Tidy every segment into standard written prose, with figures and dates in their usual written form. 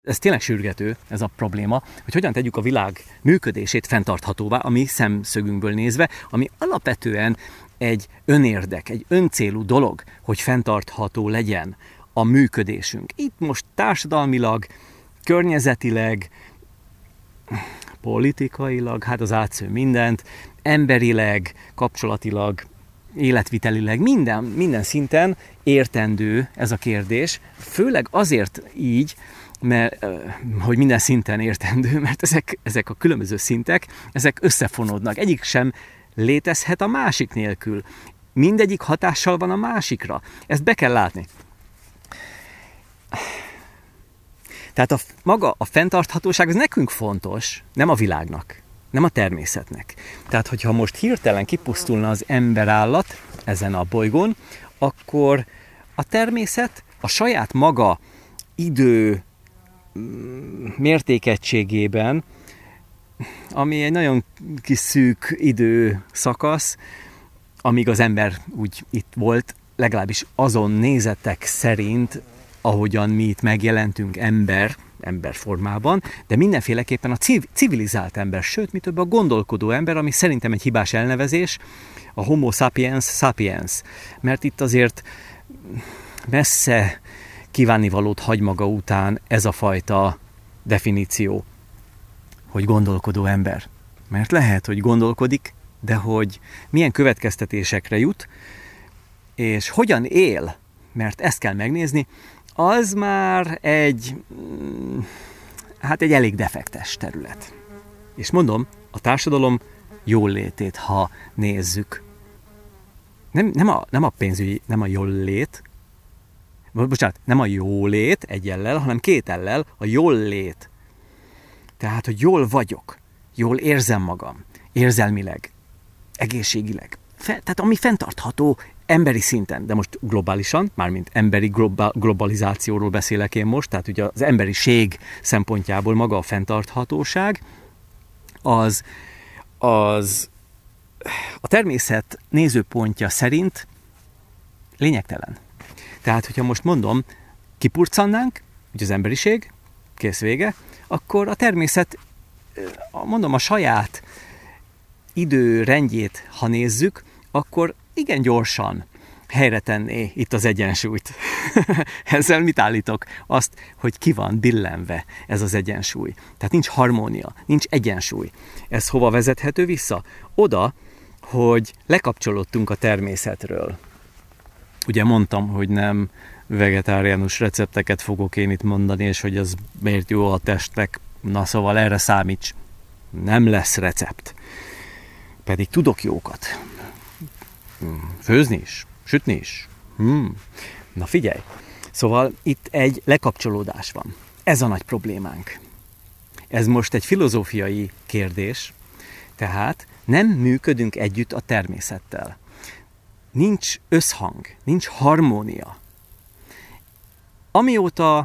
Ez tényleg sürgető, ez a probléma, hogy hogyan tegyük a világ működését fenntarthatóvá, a mi szemszögünkből nézve, ami alapvetően egy önérdek, egy öncélú dolog, hogy fenntartható legyen a működésünk. Itt most társadalmilag, környezetileg, politikailag, hát az átsző mindent, emberileg, kapcsolatilag, életvitelileg, minden szinten értendő ez a kérdés, főleg azért így, mert, hogy minden szinten értendő, mert ezek a különböző szintek, ezek összefonódnak. Egyik sem létezhet a másik nélkül. Mindegyik hatással van a másikra. Ezt be kell látni. Tehát maga a fenntarthatóság, ez nekünk fontos, nem a világnak, nem a természetnek. Tehát, hogyha most hirtelen kipusztulna az emberállat ezen a bolygón, akkor a természet a saját maga idő mértékegységében, ami egy nagyon kis szűk időszakasz, amíg az ember úgy itt volt, legalábbis azon nézetek szerint, ahogyan mi itt megjelentünk ember formában, de mindenféleképpen a civilizált ember, sőt, mi több a gondolkodó ember, ami szerintem egy hibás elnevezés, a homo sapiens sapiens, mert itt azért messze kívánnivalót hagy maga után ez a fajta definíció, hogy gondolkodó ember. Mert lehet, hogy gondolkodik, de hogy milyen következtetésekre jut, és hogyan él, mert ezt kell megnézni, az már egy elég defektes terület. És mondom, a társadalom jólétét, ha nézzük. Nem a pénzügyi, nem a jólét, nem a jólét egy ellel, hanem két ellel, a jólét. Tehát, hogy jól vagyok, jól érzem magam, érzelmileg, egészségileg. Tehát ami fenntartható emberi szinten, de most globálisan, mármint emberi globalizációról beszélek én most, tehát ugye az emberiség szempontjából maga a fenntarthatóság, az a természet nézőpontja szerint lényegtelen. Tehát, hogyha most mondom, kipurcannánk, ugye az emberiség, kész vége, akkor a természet, mondom, a saját időrendjét, ha nézzük, akkor igen gyorsan helyre tenné itt az egyensúlyt. Ezzel mit állítok? Azt, hogy ki van billenve ez az egyensúly. Tehát nincs harmónia, nincs egyensúly. Ez hova vezethető vissza? Oda, hogy lekapcsolódtunk a természetről. Ugye mondtam, hogy nem vegetáriánus recepteket fogok én itt mondani, és hogy az miért jó a testnek. Na szóval erre számíts. Nem lesz recept. Pedig tudok jókat. Főzni is, sütni is. Na figyelj. Szóval itt egy lekapcsolódás van. Ez a nagy problémánk. Ez most egy filozófiai kérdés, tehát nem működünk együtt a természettel. Nincs összhang, nincs harmónia. Amióta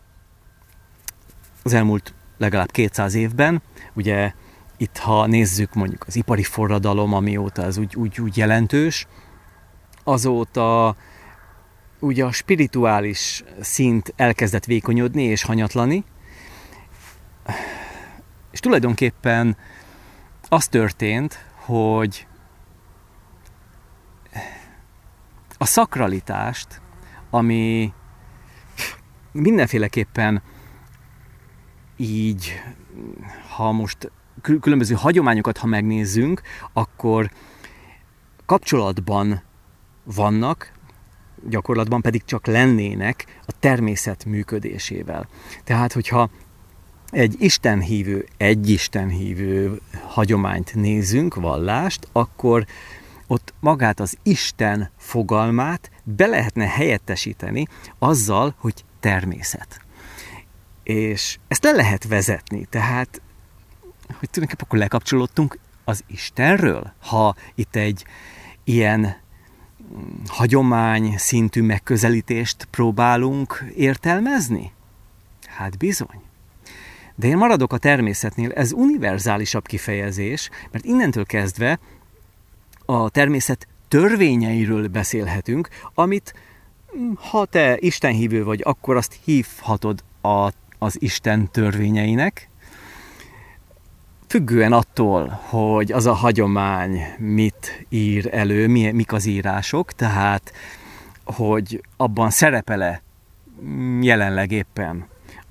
az elmúlt legalább 200 évben, ugye itt ha nézzük mondjuk az ipari forradalom, amióta ez úgy jelentős, azóta ugye a spirituális szint elkezdett vékonyodni és hanyatlani, és tulajdonképpen az történt, hogy a szakralitást, ami mindenféleképpen így, ha most különböző hagyományokat, ha megnézzünk, akkor kapcsolatban vannak, gyakorlatban pedig csak lennének a természet működésével. Tehát, hogyha egy istenhívő hagyományt nézünk, vallást, akkor ott magát az Isten fogalmát be lehetne helyettesíteni azzal, hogy természet. És ezt le lehet vezetni, tehát, hogy tulajdonképpen akkor lekapcsolódtunk az Istenről, ha itt egy ilyen hagyomány szintű megközelítést próbálunk értelmezni? Hát bizony. De én maradok a természetnél, ez univerzálisabb kifejezés, mert innentől kezdve a természet törvényeiről beszélhetünk, amit ha te istenhívő vagy, akkor azt hívhatod az Isten törvényeinek, függően attól, hogy az a hagyomány mit ír elő, mik az írások, tehát hogy abban szerepel-e jelenleg éppen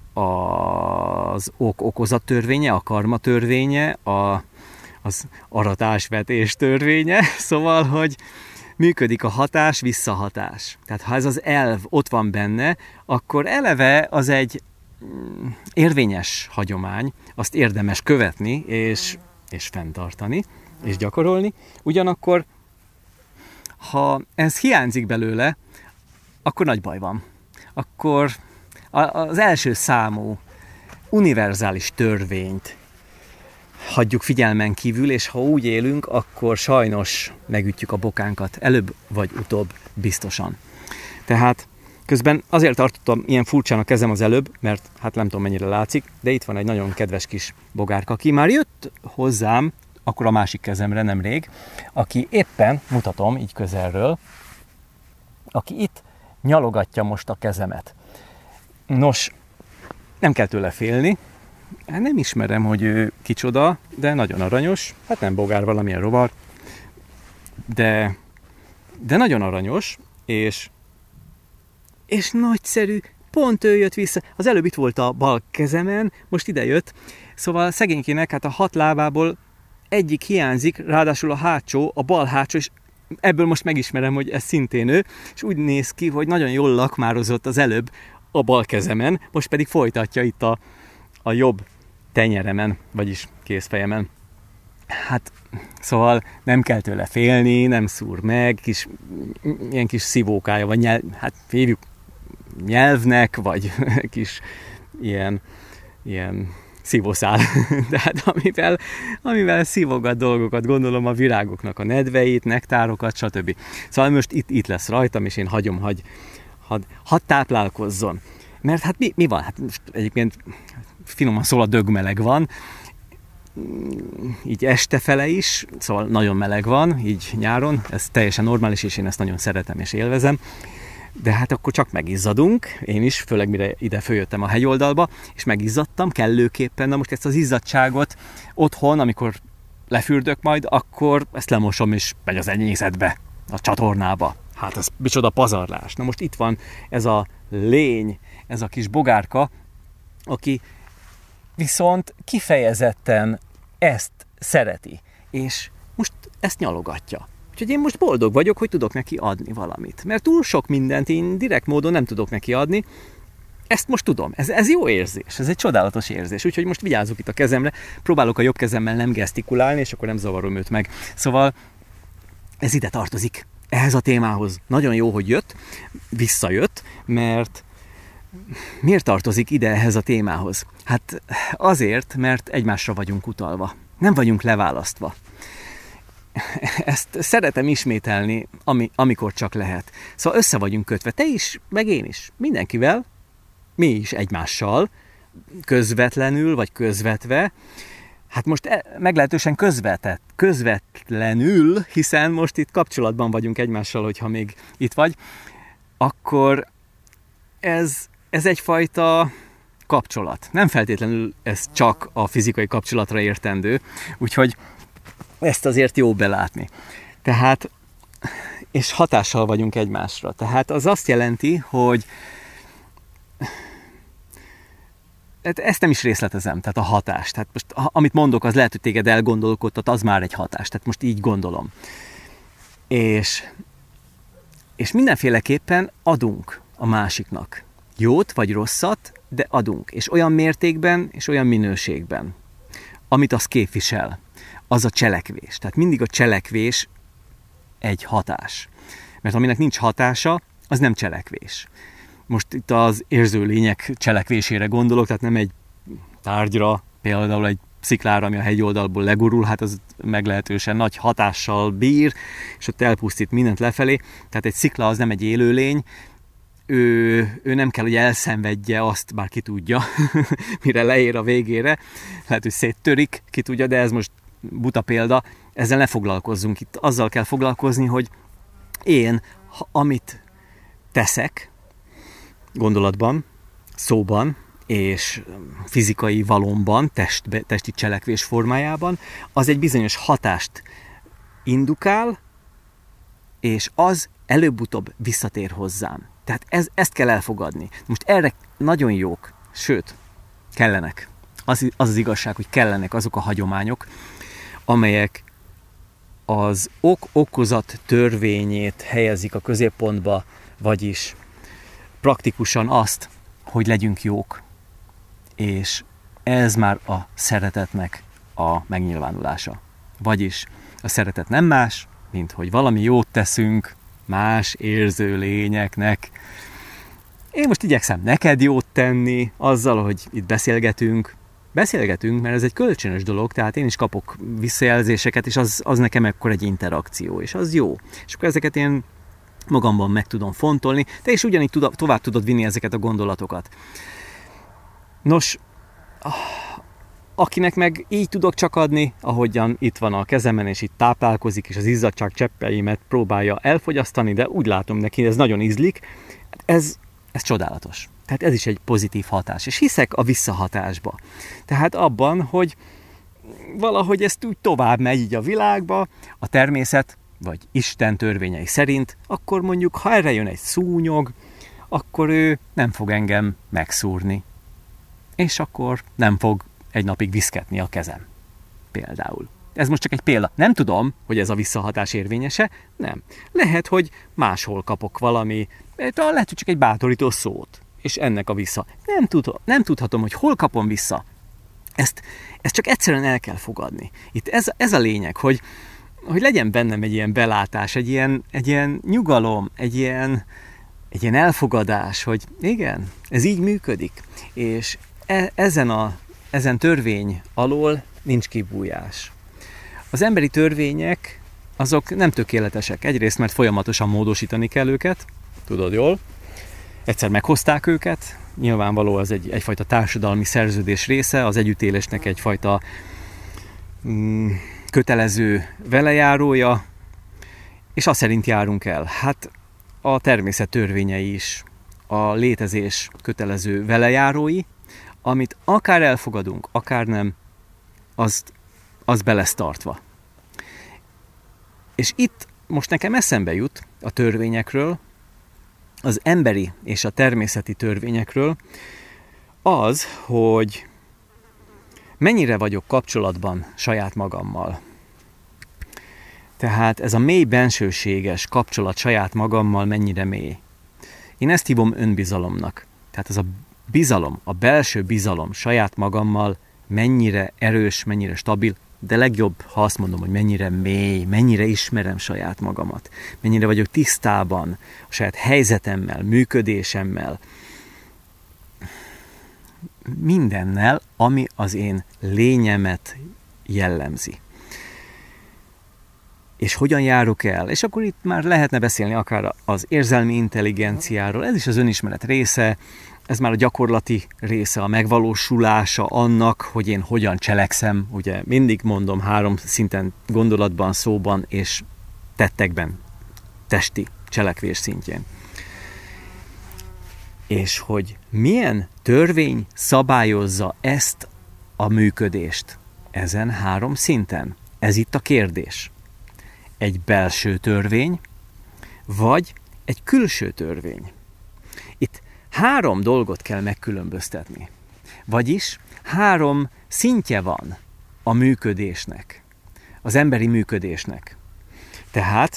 az ok-okozat törvénye, a karma törvénye, az aratás-vetés törvénye, szóval, hogy működik a hatás-visszahatás. Tehát ha ez az elv ott van benne, akkor eleve az egy érvényes hagyomány, azt érdemes követni, és fenntartani, és gyakorolni. Ugyanakkor, ha ez hiányzik belőle, akkor nagy baj van. Akkor az első számú univerzális törvényt hagyjuk figyelmen kívül, és ha úgy élünk, akkor sajnos megütjük a bokánkat, előbb vagy utóbb biztosan. Tehát közben azért tartottam ilyen furcsán a kezem az előbb, mert hát nem tudom mennyire látszik, de itt van egy nagyon kedves kis bogárka, aki már jött hozzám, akkor a másik kezemre nemrég, aki éppen, mutatom így közelről, aki itt nyalogatja most a kezemet. Nos, nem kell tőle félni, nem ismerem, hogy ő kicsoda, de nagyon aranyos, hát nem bogár, valamilyen rovar, de nagyon aranyos, és nagyszerű, pont ő jött vissza. Az előbb itt volt a bal kezemen, most ide jött. Szóval szegénykének hát a 6 lábából egyik hiányzik, ráadásul a hátsó, a bal hátsó, és ebből most megismerem, hogy ez szintén ő, és úgy néz ki, hogy nagyon jól lakmározott az előbb a bal kezemen, most pedig folytatja itt a jobb tenyeremen, vagyis kézfejemen. Hát, szóval nem kell tőle félni, nem szúr meg, ilyen kis szivókája, vagy hát hívjuk nyelvnek, vagy kis ilyen szívószál. Tehát amivel szívogat dolgokat, gondolom a virágoknak a nedveit, nektárokat, stb. Szóval most itt lesz rajtam, és én hagyom, hadd táplálkozzon. Mert hát mi van? Hát most egyébként finoman szól, a dögmeleg van, így estefele is, szóval nagyon meleg van, így nyáron, ez teljesen normális, és én ezt nagyon szeretem és élvezem. De hát akkor csak megizzadunk, én is, főleg mire ide följöttem a hegyoldalba, és megizzadtam kellőképpen. Na most ezt az izzadtságot otthon, amikor lefürdök majd, akkor ezt lemosom, és megy az enyészetbe, a csatornába. Hát ez micsoda pazarlás. Na most itt van ez a lény, ez a kis bogárka, aki viszont kifejezetten ezt szereti, és most ezt nyalogatja. Úgyhogy én most boldog vagyok, hogy tudok neki adni valamit. Mert túl sok mindent én direkt módon nem tudok neki adni, ezt most tudom. Ez jó érzés, ez egy csodálatos érzés. Úgyhogy most vigyázzuk itt a kezemre, próbálok a jobb kezemmel nem gesztikulálni, és akkor nem zavarom őt meg. Szóval ez ide tartozik, ehhez a témához. Nagyon jó, hogy visszajött, mert miért tartozik ide ehhez a témához? Hát azért, mert egymásra vagyunk utalva. Nem vagyunk leválasztva. Ezt szeretem ismételni, amikor csak lehet. Szóval össze vagyunk kötve, te is, meg én is. Mindenkivel, mi is egymással, közvetlenül vagy közvetve. Hát most meglehetősen közvetlenül, hiszen most itt kapcsolatban vagyunk egymással, hogyha még itt vagy, akkor ez egyfajta kapcsolat. Nem feltétlenül ez csak a fizikai kapcsolatra értendő, úgyhogy ezt azért jó belátni. Tehát, és hatással vagyunk egymásra. Tehát az azt jelenti, hogy ezt nem is részletezem, tehát a hatás. Tehát most, amit mondok, az lehet, hogy téged elgondolkodtat, az már egy hatás. Tehát most így gondolom. És mindenféleképpen adunk a másiknak. Jót vagy rosszat, de adunk. És olyan mértékben, és olyan minőségben, amit az képvisel. Az a cselekvés. Tehát mindig a cselekvés egy hatás. Mert aminek nincs hatása, az nem cselekvés. Most itt az érző lények cselekvésére gondolok, tehát nem egy tárgyra, például egy sziklára, ami a hegyoldalból legurul, hát az meglehetősen nagy hatással bír, és ott elpusztít mindent lefelé. Tehát egy szikla az nem egy élőlény, ő nem kell, hogy elszenvedje azt, bár ki tudja, mire leér a végére. Lehet, hogy széttörik, ki tudja, de ez most buta példa, ezzel ne foglalkozzunk. Itt azzal kell foglalkozni, hogy én, amit teszek, gondolatban, szóban, és fizikai valomban, testi cselekvés formájában, az egy bizonyos hatást indukál, és az előbb-utóbb visszatér hozzám. Tehát ezt kell elfogadni. Most erre nagyon jók, sőt, kellenek. Az igazság, hogy kellenek azok a hagyományok, amelyek az ok-okozat törvényét helyezik a középpontba, vagyis praktikusan azt, hogy legyünk jók. És ez már a szeretetnek a megnyilvánulása. Vagyis a szeretet nem más, mint hogy valami jót teszünk más érző lényeknek. Én most igyekszem neked jót tenni azzal, hogy itt beszélgetünk, mert ez egy kölcsönös dolog, tehát én is kapok visszajelzéseket, és az nekem ekkor egy interakció, és az jó. És akkor ezeket én magamban meg tudom fontolni, te is ugyanígy tovább tudod vinni ezeket a gondolatokat. Nos, akinek meg így tudok csak adni, ahogyan itt van a kezemen, és itt táplálkozik, és az izzadság cseppeimet próbálja elfogyasztani, de úgy látom neki, ez nagyon ízlik, ez csodálatos. Tehát ez is egy pozitív hatás. És hiszek a visszahatásba. Tehát abban, hogy valahogy ezt úgy tovább megy így a világba, a természet, vagy Isten törvényei szerint, akkor mondjuk, ha erre jön egy szúnyog, akkor ő nem fog engem megszúrni. És akkor nem fog egy napig viszketni a kezem. Például. Ez most csak egy példa. Nem tudom, hogy ez a visszahatás érvényese, nem. Lehet, hogy máshol kapok valami, lehet, hogy csak egy bátorító szót, és ennek a vissza. Nem tudhatom, hogy hol kapom vissza. Ezt csak egyszerűen el kell fogadni. Itt ez a lényeg, hogy legyen bennem egy ilyen belátás, egy ilyen nyugalom, egy ilyen elfogadás, hogy igen, ez így működik. És ezen törvény alól nincs kibújás. Az emberi törvények, azok nem tökéletesek. Egyrészt, mert folyamatosan módosítani kell őket, tudod jól. Egyszer meghozták őket, nyilvánvaló az egyfajta társadalmi szerződés része, az együttélésnek egyfajta kötelező velejárója, és azt szerint járunk el. Hát a természet törvényei is a létezés kötelező velejárói, amit akár elfogadunk, akár nem, az be lesz tartva. És itt most nekem eszembe jut a törvényekről, az emberi és a természeti törvényekről az, hogy mennyire vagyok kapcsolatban saját magammal. Tehát ez a mély bensőséges kapcsolat saját magammal mennyire mély. Én ezt hívom önbizalomnak. Tehát ez a bizalom, a belső bizalom saját magammal mennyire erős, mennyire stabil, de legjobb, ha azt mondom, hogy mennyire mély, mennyire ismerem saját magamat, mennyire vagyok tisztában a saját helyzetemmel, működésemmel, mindennel, ami az én lényemet jellemzi. És hogyan járok el? És akkor itt már lehetne beszélni akár az érzelmi intelligenciáról, ez is az önismeret része, ez már a gyakorlati része, a megvalósulása annak, hogy én hogyan cselekszem, ugye mindig mondom 3 szinten, gondolatban, szóban és tettekben, testi cselekvés szintjén. És hogy milyen törvény szabályozza ezt a működést ezen 3 szinten? Ez itt a kérdés. Egy belső törvény, vagy egy külső törvény? Itt 3 dolgot kell megkülönböztetni. Vagyis 3 szintje van a működésnek, az emberi működésnek. Tehát,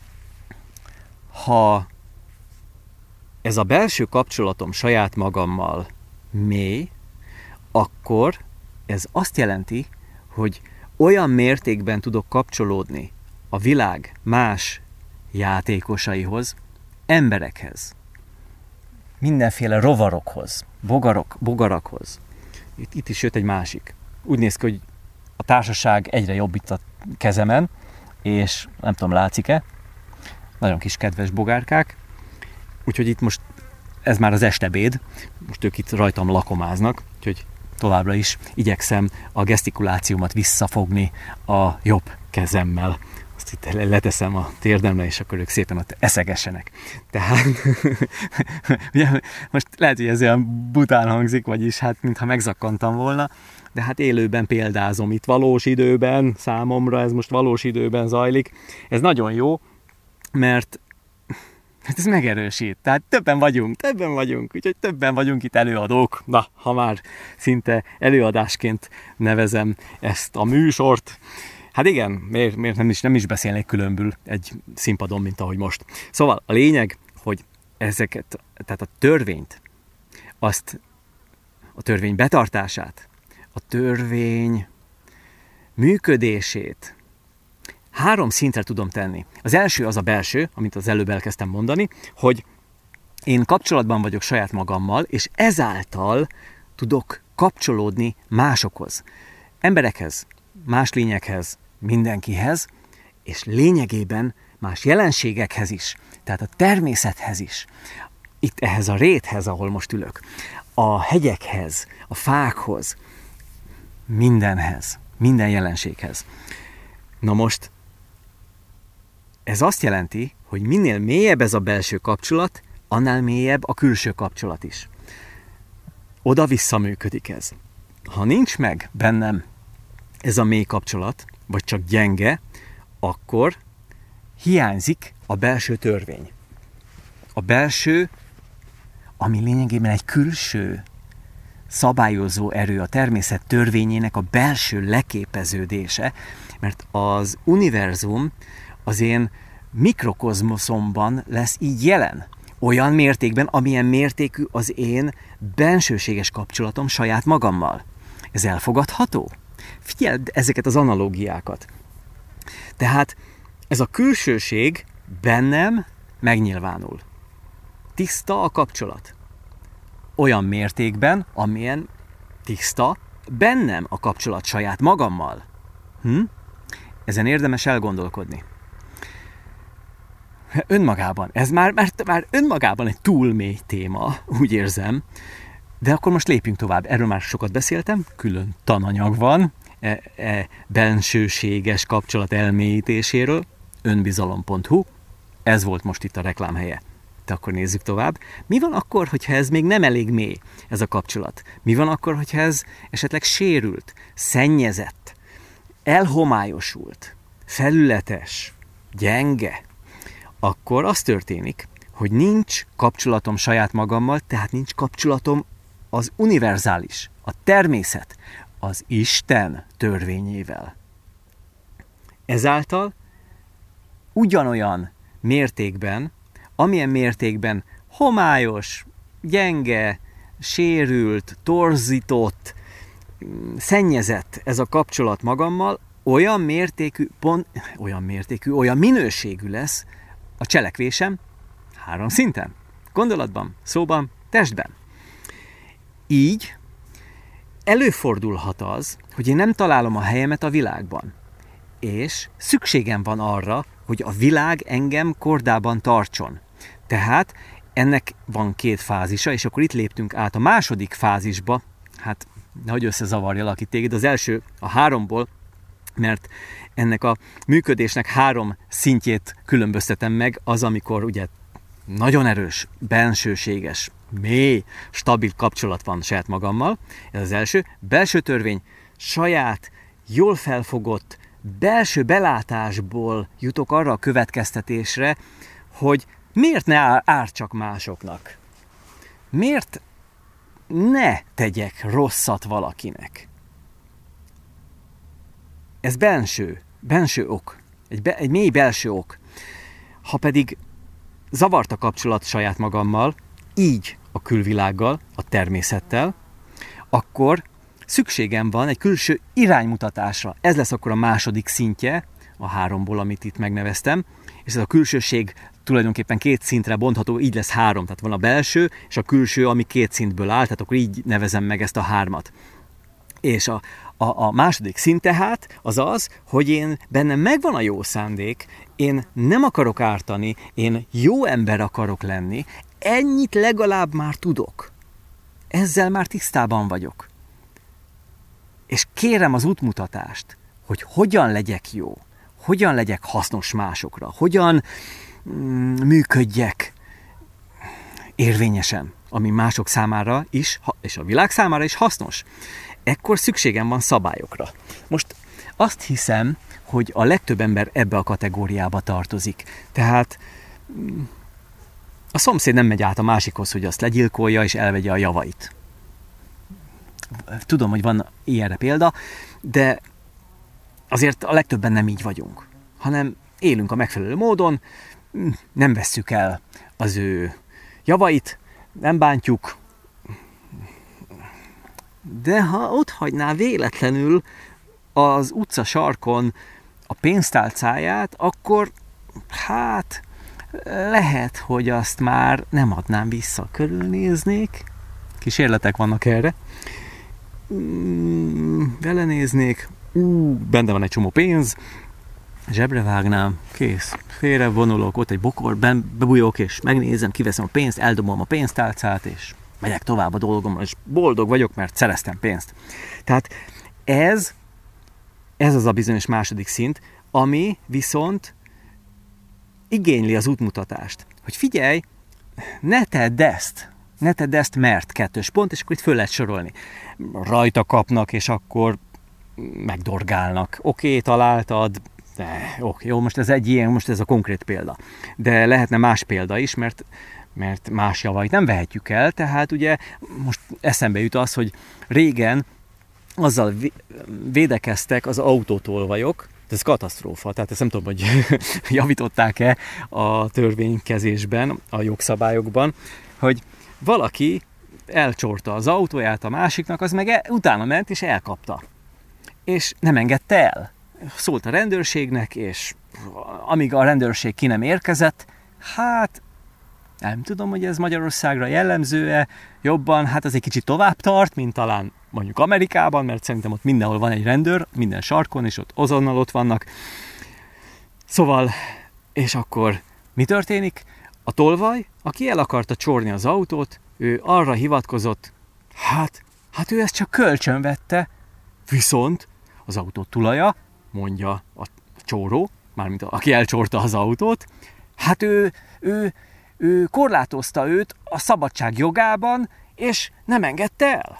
ha ez a belső kapcsolatom saját magammal mély, akkor ez azt jelenti, hogy olyan mértékben tudok kapcsolódni a világ más játékosaihoz, emberekhez, mindenféle rovarokhoz, bogarakhoz. Itt is jött egy másik. Úgy néz ki, hogy a társaság egyre jobb itt a kezemen, és nem tudom, látszik-e, nagyon kis kedves bogárkák, úgyhogy itt most ez már az estebéd, most ők itt rajtam lakomáznak, úgyhogy továbbra is igyekszem a gesztikulációmat visszafogni a jobb kezemmel. most itt leteszem a térdemre, és akkor ők szépen ott eszegessenek. Tehát, ugye, most lehet, hogy ez olyan bután hangzik, vagyis hát mintha megzakkantam volna, de hát élőben példázom itt valós időben, számomra ez most valós időben zajlik. Ez nagyon jó, mert ez megerősít. Tehát többen vagyunk, úgyhogy többen vagyunk itt előadók. Na, ha már szinte előadásként nevezem ezt a műsort. Hát igen, miért nem is beszélnék különbül egy színpadon, mint ahogy most. Szóval a lényeg, hogy ezeket, tehát a törvényt, a törvény betartását, a törvény működését 3 szintre tudom tenni. Az első az a belső, amit az előbb elkezdtem mondani, hogy én kapcsolatban vagyok saját magammal, és ezáltal tudok kapcsolódni másokhoz. Emberekhez, más lényekhez, mindenkihez, és lényegében más jelenségekhez is, tehát a természethez is. Itt ehhez a réthez, ahol most ülök, a hegyekhez, a fákhoz, mindenhez, minden jelenséghez. Na most, ez azt jelenti, hogy minél mélyebb ez a belső kapcsolat, annál mélyebb a külső kapcsolat is. Oda-vissza működik ez. Ha nincs meg bennem ez a mély kapcsolat, vagy csak gyenge, akkor hiányzik a belső törvény. A belső, ami lényegében egy külső szabályozó erő, a természet törvényének a belső leképeződése, mert az univerzum az én mikrokozmoszomban lesz így jelen. Olyan mértékben, amilyen mértékű az én bensőséges kapcsolatom saját magammal. Ez elfogadható? Figyeld ezeket az analógiákat. Tehát ez a külsőség bennem megnyilvánul. Tiszta a kapcsolat. Olyan mértékben, amilyen tiszta bennem a kapcsolat saját magammal. Ezen érdemes elgondolkodni. Önmagában, ez már önmagában egy túl mély téma, úgy érzem, de akkor most lépjünk tovább. Erről már sokat beszéltem, külön tananyag van, bensőséges kapcsolat elmélyítéséről, önbizalom.hu, ez volt most itt a reklámhelye. De akkor nézzük tovább. Mi van akkor, hogyha ez még nem elég mély, ez a kapcsolat? Mi van akkor, hogyha ez esetleg sérült, szennyezett, elhomályosult, felületes, gyenge? Akkor az történik, hogy nincs kapcsolatom saját magammal, tehát nincs kapcsolatom az univerzális, a természet, az Isten törvényével. Ezáltal ugyanolyan mértékben, amilyen mértékben homályos, gyenge, sérült, torzított, szennyezett ez a kapcsolat magammal, olyan minőségű lesz a cselekvésem 3 szinten. Gondolatban, szóban, testben. Így előfordulhat az, hogy én nem találom a helyemet a világban. És szükségem van arra, hogy a világ engem kordában tartson. Tehát ennek van 2 fázisa, és akkor itt léptünk át a második fázisba. Hát, nehogy összezavarjalak itt téged, az első a 3-ból, mert ennek a működésnek 3 szintjét különböztetem meg, az, amikor ugye nagyon erős, bensőséges, mély, stabil kapcsolat van saját magammal. Ez az első. Belső törvény, saját, jól felfogott, belső belátásból jutok arra a következtetésre, hogy miért ne ártsak másoknak? Miért ne tegyek rosszat valakinek? Ez benső ok, egy mély belső ok. Ha pedig zavart a kapcsolat saját magammal, így a külvilággal, a természettel, akkor szükségem van egy külső iránymutatásra. Ez lesz akkor a második szintje a 3-ból, amit itt megneveztem, és ez a külsőség tulajdonképpen 2 szintre bontható, így lesz 3, tehát van a belső és a külső, ami 2 szintből áll, tehát akkor így nevezem meg ezt a 3-at. És a második szint tehát az az, hogy én bennem megvan a jó szándék, én nem akarok ártani, én jó ember akarok lenni, ennyit legalább már tudok. Ezzel már tisztában vagyok. És kérem az útmutatást, hogy hogyan legyek jó, hogyan legyek hasznos másokra, hogyan működjek érvényesen, ami mások számára is, és a világ számára is hasznos, ekkor szükségem van szabályokra. Most azt hiszem, hogy a legtöbb ember ebbe a kategóriába tartozik. Tehát a szomszéd nem megy át a másikhoz, hogy azt legyilkolja és elvegye a javait. Tudom, hogy van ilyenre példa, de azért a legtöbben nem így vagyunk, hanem élünk a megfelelő módon, nem vesszük el az ő javait, nem bántjuk, de ha ott hagyná véletlenül az utca sarkon a pénztálcáját, akkor hát lehet, hogy azt már nem adnám vissza. Körülnéznék, kísérletek vannak erre, vele néznék, benne van egy csomó pénz, zsebre vágnám, kész, félre vonulok, ott egy bokor, bebújok, és megnézem, kiveszem a pénzt, eldobom a pénztálcát, és megyek tovább a dolgomra, és boldog vagyok, mert szereztem pénzt. Tehát ez az a bizonyos második szint, ami viszont igényli az útmutatást. Hogy figyelj, ne tedd ezt, mert 2 pont, és akkor itt föl lehet sorolni. Rajta kapnak, és akkor megdorgálnak. Oké, találtad, jó, most ez egy ilyen, most ez a konkrét példa. De lehetne más példa is, mert más javait nem vehetjük el, tehát ugye most eszembe jut az, hogy régen azzal védekeztek az autótolvajok, ez katasztrófa, tehát ezt nem tudom, hogy javították-e a törvénykezésben, a jogszabályokban, hogy valaki elcsorta az autóját a másiknak, az meg utána ment és elkapta. És nem engedte el. Szólt a rendőrségnek, és amíg a rendőrség ki nem érkezett, hát nem tudom, hogy ez Magyarországra jellemző-e jobban, hát az egy kicsit tovább tart, mint talán mondjuk Amerikában, mert szerintem ott mindenhol van egy rendőr, minden sarkon, és ott azonnal ott vannak. Szóval, és akkor mi történik? A tolvaj, aki el akarta csorni az autót, ő arra hivatkozott, hát ő ezt csak kölcsön vette, viszont az autó tulaja, mondja a csóró, mármint aki elcsorta az autót, hát ő korlátozta őt a szabadság jogában, és nem engedte el.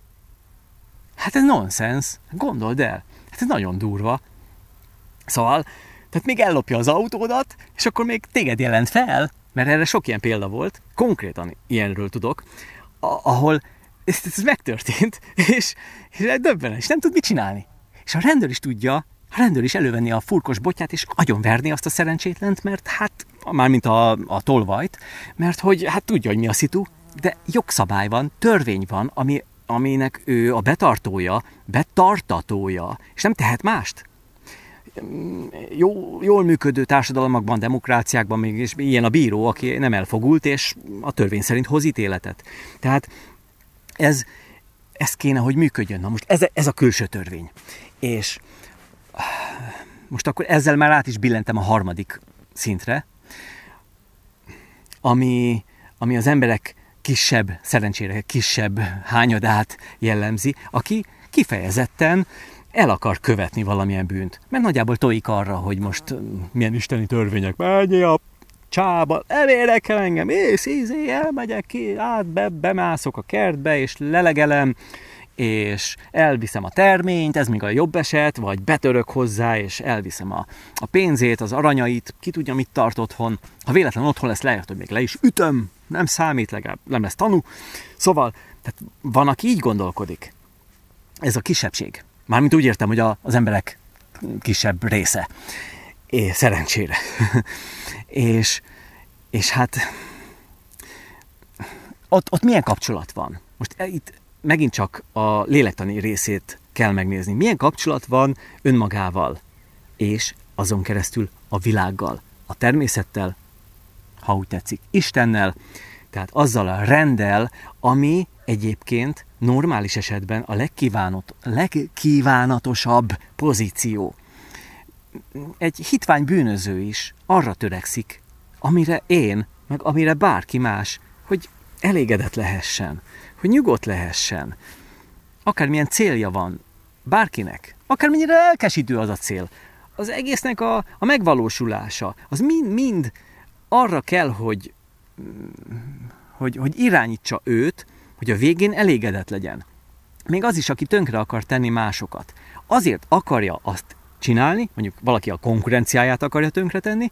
Hát ez nonsens, gondold el. Hát ez nagyon durva. Szóval, tehát még ellopja az autódat, és akkor még téged jelent fel, mert erre sok ilyen példa volt, konkrétan ilyenről tudok, ahol ez megtörtént, és döbbenes, és nem tud mit csinálni. És a rendőr is tudja, a rendőr is elővenni a furkos botját, és agyonverni azt a szerencsétlent, mert hát, mármint a tolvajt, mert hogy hát tudja, hogy mi a szitu, de jogszabály van, törvény van, aminek ő a betartatója, és nem tehet mást. Jól működő társadalmakban, demokráciákban mégis ilyen a bíró, aki nem elfogult, és a törvény szerint hoz ítéletet. Tehát ez kéne, hogy működjön. Na most ez a külső törvény. És most akkor ezzel már át is billentem a harmadik szintre, ami az emberek szerencsére kisebb hányadát jellemzi, aki kifejezetten el akar követni valamilyen bűnt. Mert nagyjából tojik arra, hogy most milyen isteni törvények, menjél a csába, elérek el engem, elmegyek ki, bemászok a kertbe, és lelegelem, és elviszem a terményt, ez még a jobb eset, vagy betörök hozzá, és elviszem a pénzét, az aranyait, ki tudja, mit tart otthon. Ha véletlenül otthon lesz, lehet, hogy még le is ütöm, nem számít, legalább nem lesz tanú. Szóval, tehát van, aki így gondolkodik. Ez a kisebbség. Mármint úgy értem, hogy az emberek kisebb része. És szerencsére. és hát ott milyen kapcsolat van? Most itt megint csak a lélektani részét kell megnézni. Milyen kapcsolat van önmagával, és azon keresztül a világgal, a természettel, ha úgy tetszik, Istennel, tehát azzal a renddel, ami egyébként normális esetben a legkívánatosabb pozíció. Egy hitvány bűnöző is arra törekszik, amire én, meg amire bárki más, hogy elégedett lehessen, hogy nyugodt lehessen. Akármilyen célja van bárkinek, akármennyire elkesítő az a cél, az egésznek a megvalósulása, az mind arra kell, hogy irányítsa őt, hogy a végén elégedett legyen. Még az is, aki tönkre akar tenni másokat. Azért akarja azt csinálni, mondjuk valaki a konkurenciáját akarja tönkretenni,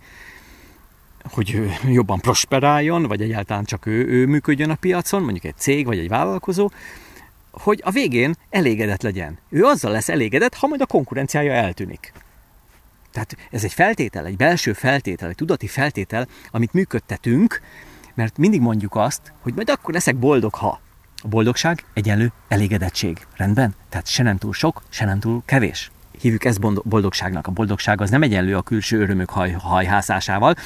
hogy ő jobban prosperáljon, vagy egyáltalán csak ő működjön a piacon, mondjuk egy cég, vagy egy vállalkozó, hogy a végén elégedett legyen. Ő azzal lesz elégedett, ha majd a konkurenciája eltűnik. Tehát ez egy feltétel, egy belső feltétel, egy tudati feltétel, amit működtetünk, mert mindig mondjuk azt, hogy majd akkor leszek boldog, ha. A boldogság egyenlő elégedettség. Rendben? Tehát se nem túl sok, se nem túl kevés. Hívjuk ezt boldogságnak. A boldogság az nem egyenlő a külső örömök hajhászásával.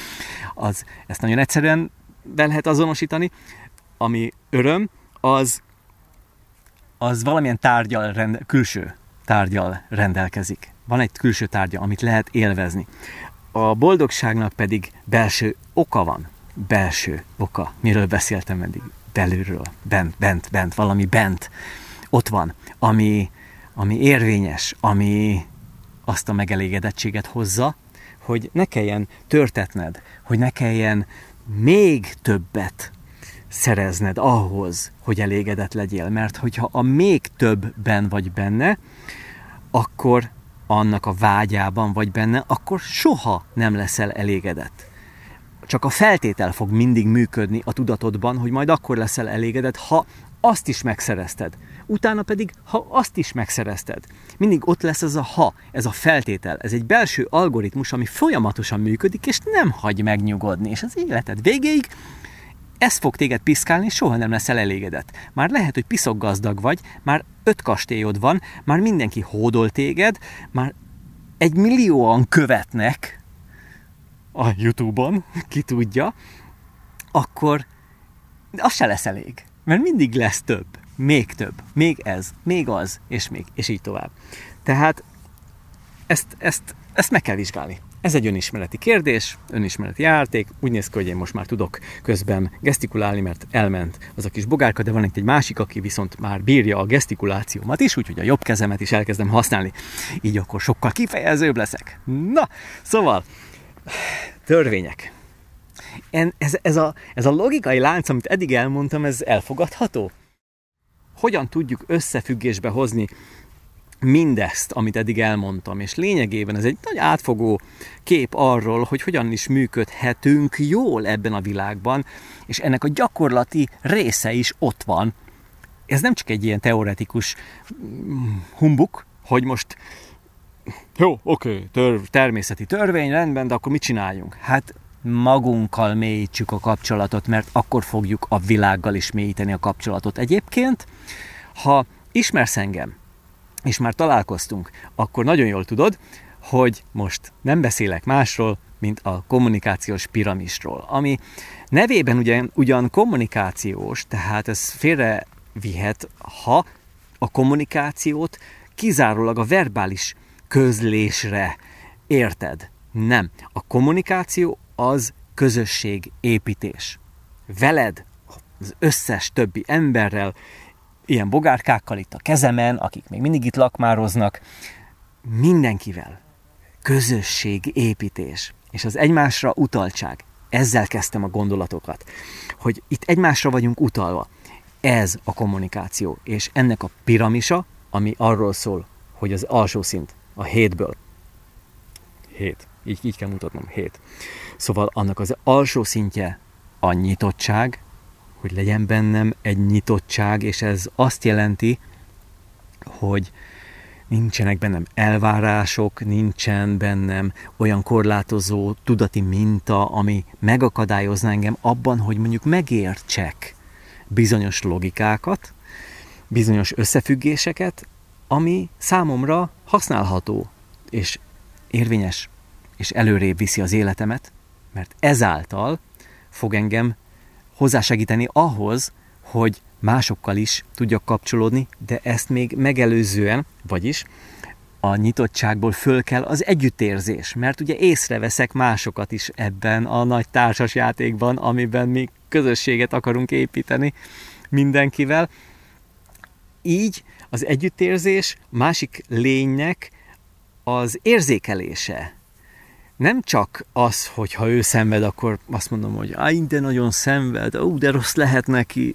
Ezt nagyon egyszerűen be lehet azonosítani. Ami öröm, az valamilyen külső tárgyal rendelkezik. Van egy külső tárgya, amit lehet élvezni. A boldogságnak pedig belső oka van. Belső oka. Miről beszéltem eddig? Belülről. Bent. Valami bent. Ott van. Ami érvényes, ami azt a megelégedettséget hozza, hogy ne kelljen törtetned, hogy ne kelljen még többet szerezned ahhoz, hogy elégedett legyél. Mert hogyha a még többben vagy benne, akkor annak a vágyában vagy benne, akkor soha nem leszel elégedett. Csak a feltétel fog mindig működni a tudatodban, hogy majd akkor leszel elégedett, ha azt is megszerezted. Utána pedig, ha azt is megszerezted. Mindig ott lesz ez a ha, ez a feltétel. Ez egy belső algoritmus, ami folyamatosan működik, és nem hagy megnyugodni. És az életed végéig ez fog téged piszkálni, és soha nem leszel elégedett. Már lehet, hogy piszok gazdag vagy, már 5 kastélyod van, már mindenki hódol téged, már 1 millióan követnek a YouTube-on, ki tudja, akkor az se lesz elég. Mert mindig lesz több, még ez, még az, és így tovább. Tehát ezt meg kell vizsgálni. Ez egy önismereti kérdés, önismereti játék. Úgy néz ki, hogy én most már tudok közben gesztikulálni, mert elment az a kis bogárka, de van itt egy másik, aki viszont már bírja a gesztikulációmat is, úgyhogy a jobb kezemet is elkezdem használni. Így akkor sokkal kifejezőbb leszek. Na, szóval, törvények. Ez a logikai lánc, amit eddig elmondtam, ez elfogadható? Hogyan tudjuk összefüggésbe hozni mindezt, amit eddig elmondtam, és lényegében ez egy nagy átfogó kép arról, hogy hogyan is működhetünk jól ebben a világban, és ennek a gyakorlati része is ott van. Ez nem csak egy ilyen teoretikus humbuk, hogy most jó, oké, természeti törvény, rendben, de akkor mit csináljunk? Hát magunkkal mélyítsük a kapcsolatot, mert akkor fogjuk a világgal is mélyíteni a kapcsolatot. Egyébként, ha ismersz engem, és már találkoztunk, akkor nagyon jól tudod, hogy most nem beszélek másról, mint a kommunikációs piramisról, ami nevében ugyan kommunikációs, tehát ez félrevihet, ha a kommunikációt kizárólag a verbális közlésre érted. Nem. A kommunikáció az közösségépítés. Veled, az összes többi emberrel, ilyen bogárkákkal itt a kezemen, akik még mindig itt lakmároznak, mindenkivel. Közösségépítés. És az egymásra utaltság. Ezzel kezdtem a gondolatokat. Hogy itt egymásra vagyunk utalva. Ez a kommunikáció. És ennek a piramisa, ami arról szól, hogy az alsó szint, a 7-ből. 7. Így kell mutatnom. 7. Szóval annak az alsó szintje a nyitottság, hogy legyen bennem egy nyitottság, és ez azt jelenti, hogy nincsenek bennem elvárások, nincsen bennem olyan korlátozó tudati minta, ami megakadályozna engem abban, hogy mondjuk megértsek bizonyos logikákat, bizonyos összefüggéseket, ami számomra használható, és érvényes, és előrébb viszi az életemet, mert ezáltal fog engem hozzásegíteni ahhoz, hogy másokkal is tudjak kapcsolódni, de ezt még megelőzően, vagyis a nyitottságból föl kell az együttérzés, mert ugye észreveszek másokat is ebben a nagy társas játékban, amiben mi közösséget akarunk építeni mindenkivel. Így az együttérzés másik lénynek az érzékelése nem csak az, hogy ha ő szenved, akkor azt mondom, hogy de nagyon szenved, de rossz lehet neki,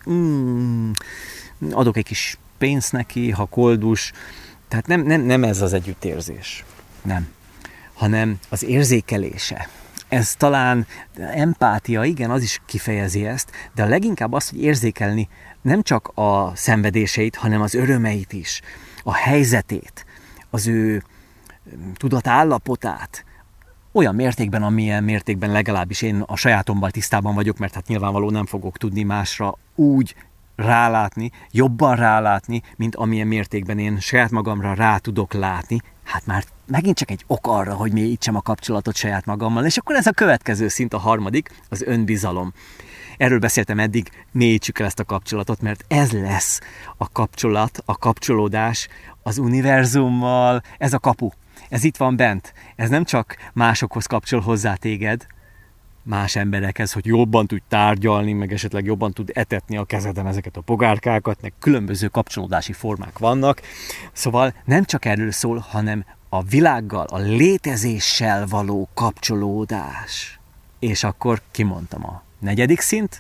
adok egy kis pénzt neki, ha koldus. Tehát nem ez az együttérzés. Nem. Hanem az érzékelése. Ez talán empátia, igen, az is kifejezi ezt, de a leginkább az, hogy érzékelni nem csak a szenvedéseit, hanem az örömeit is, a helyzetét, az ő tudatállapotát, olyan mértékben, amilyen mértékben legalábbis én a sajátommal tisztában vagyok, mert hát nyilvánvalóan nem fogok tudni másra úgy rálátni, jobban rálátni, mint amilyen mértékben én saját magamra rá tudok látni. Hát már megint csak egy ok arra, hogy mélyítsem a kapcsolatot saját magammal, és akkor ez a következő szint, a harmadik, az önbizalom. Erről beszéltem eddig, mélyítsük el ezt a kapcsolatot, mert ez lesz a kapcsolat, a kapcsolódás az univerzummal, ez a kapu. Ez itt van bent. Ez nem csak másokhoz kapcsol hozzá téged, más emberekhez, hogy jobban tud tárgyalni, meg esetleg jobban tud etetni a kezeden ezeket a bogárkákat, meg különböző kapcsolódási formák vannak. Szóval nem csak erről szól, hanem a világgal, a létezéssel való kapcsolódás. És akkor kimondtam a negyedik szint,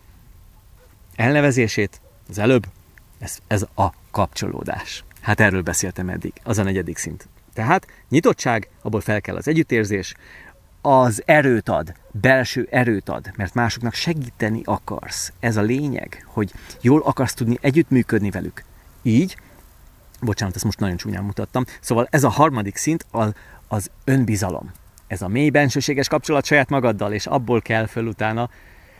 elnevezését az előbb, ez a kapcsolódás. Hát erről beszéltem eddig, az a negyedik szint. Tehát nyitottság, abból fel kell az együttérzés, az erőt ad, belső erőt ad, mert másoknak segíteni akarsz. Ez a lényeg, hogy jól akarsz tudni együttműködni velük. Így, bocsánat, ezt most nagyon csúnyán mutattam, szóval ez a harmadik szint az önbizalom. Ez a mély bensőséges kapcsolat saját magaddal, és abból kell föl utána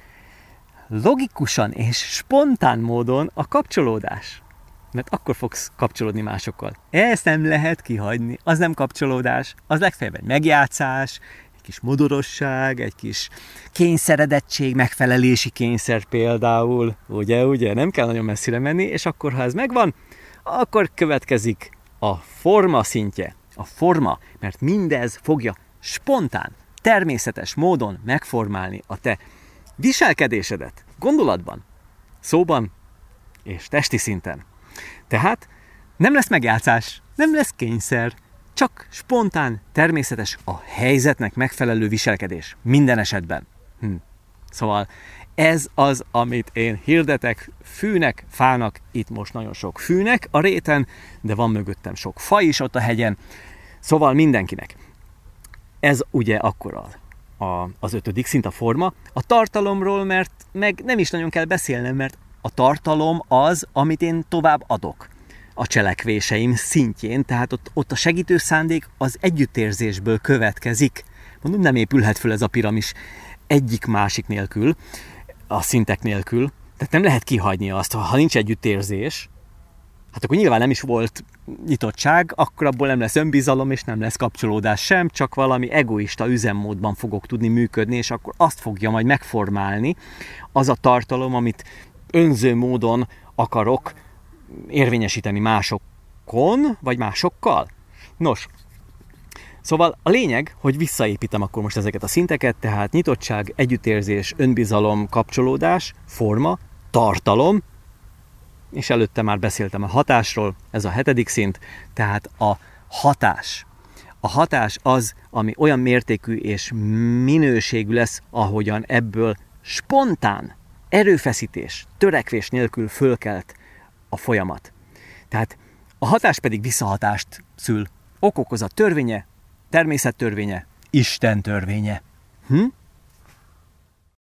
logikusan és spontán módon a kapcsolódás. Mert akkor fogsz kapcsolódni másokkal. Ezt nem lehet kihagyni, az nem kapcsolódás, az legfeljebb egy megjátszás, egy kis modorosság, egy kis kényszeredettség, megfelelési kényszer például, ugye, nem kell nagyon messzire menni, és akkor, ha ez megvan, akkor következik a forma szintje. A forma, mert mindez fogja spontán, természetes módon megformálni a te viselkedésedet, gondolatban, szóban és testi szinten. Tehát nem lesz megjátszás, nem lesz kényszer, csak spontán, természetes, a helyzetnek megfelelő viselkedés. Minden esetben. Szóval ez az, amit én hirdetek fűnek, fának, itt most nagyon sok fűnek a réten, de van mögöttem sok fa is ott a hegyen, szóval mindenkinek. Ez ugye akkor az ötödik szint, a forma. A tartalomról, mert meg nem is nagyon kell beszélnem, mert a tartalom az, amit én tovább adok a cselekvéseim szintjén, tehát ott a segítő szándék az együttérzésből következik. Mondom, nem épülhet föl ez a piramis egyik-másik nélkül, a szintek nélkül, tehát nem lehet kihagyni azt, ha nincs együttérzés, hát akkor nyilván nem is volt nyitottság, akkor abból nem lesz önbizalom, és nem lesz kapcsolódás sem, csak valami egoista üzemmódban fogok tudni működni, és akkor azt fogja majd megformálni az a tartalom, amit önző módon akarok érvényesíteni másokon, vagy másokkal. Nos, szóval a lényeg, hogy visszaépítem akkor most ezeket a szinteket, tehát nyitottság, együttérzés, önbizalom, kapcsolódás, forma, tartalom, és előtte már beszéltem a hatásról, ez a hetedik szint, tehát a hatás. A hatás az, ami olyan mértékű és minőségű lesz, ahogyan ebből spontán erőfeszítés, törekvés nélkül fölkelt a folyamat. Tehát a hatás pedig visszahatást szül. Ok-okozat törvénye, természet törvénye, Isten törvénye.